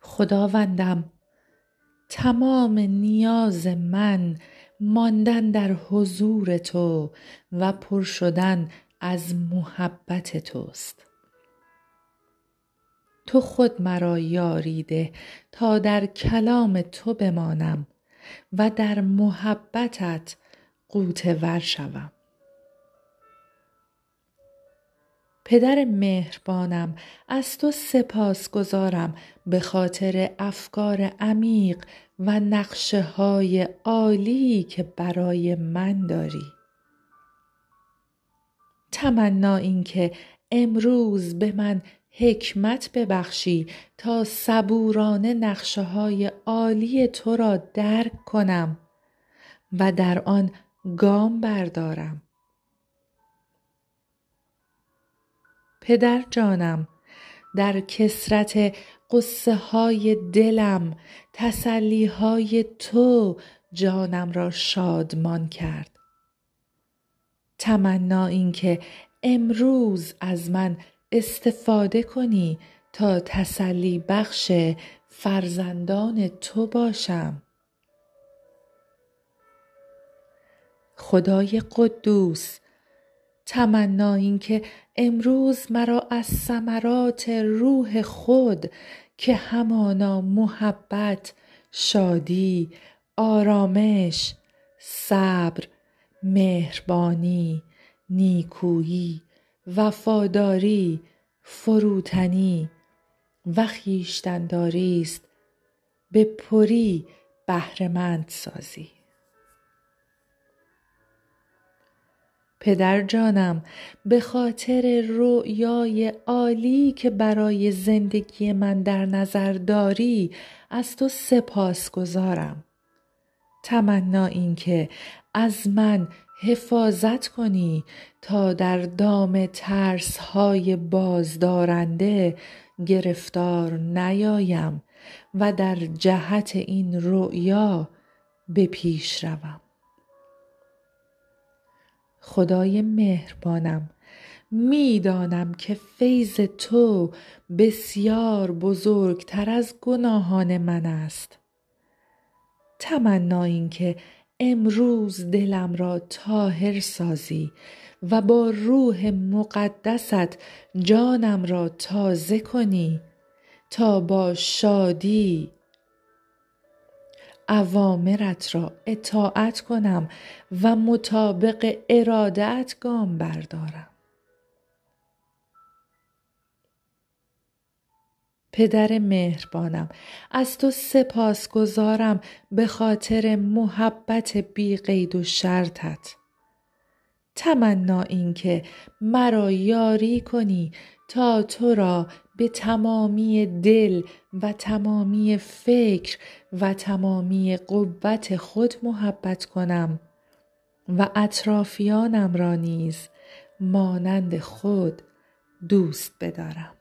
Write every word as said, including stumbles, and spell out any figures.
خداوندم، تمام نیاز من ماندن در حضور تو و پر شدن از محبت توست. تو خود مرا یاری ده تا در کلام تو بمانم و در محبتت غوطه ور شوم. پدر مهربانم، از تو سپاسگزارم به خاطر افکار عمیق و نقشه های عالی که برای من داری. تمنا این که امروز به من حکمت ببخشی تا صبورانه نقشه های عالی تو را درک کنم و در آن گام بردارم. پدر جانم، در کثرت قصه های دلم تسلی های تو جانم را شادمان کرد. تمنا این که امروز از من استفاده کنی تا تسلی بخش فرزندان تو باشم. خدای قدوس، تمنا این که امروز مرا از ثمرات روح خود که همانا محبت، شادی، آرامش، صبر، مهربانی، نیکویی، وفاداری، فروتنی و خویشتن‌داری است، به پری بهره‌مند سازی. پدر جانم، به خاطر رؤیای عالی که برای زندگی من در نظر داری از تو سپاسگزارم. تمنا این که از من حفاظت کنی تا در دام ترس‌های بازدارنده گرفتار نیایم و در جهت این رؤیا به پیش روم. خدای مهربانم، می دانم که فیض تو بسیار بزرگتر از گناهان من است. تمنا این که امروز دلم را طاهر سازی و با روح مقدست جانم را تازه کنی تا با شادی اوامرت را اطاعت کنم و مطابق ارادت گام بردارم. پدر مهربانم، از تو سپاسگزارم به خاطر محبت بی قید و شرطت. تمنا این که مرا یاری کنی تا تو را به تمامی دل و تمامی فکر و تمامی قوت خود محبت کنم و اطرافیانم را نیز مانند خود دوست بدارم.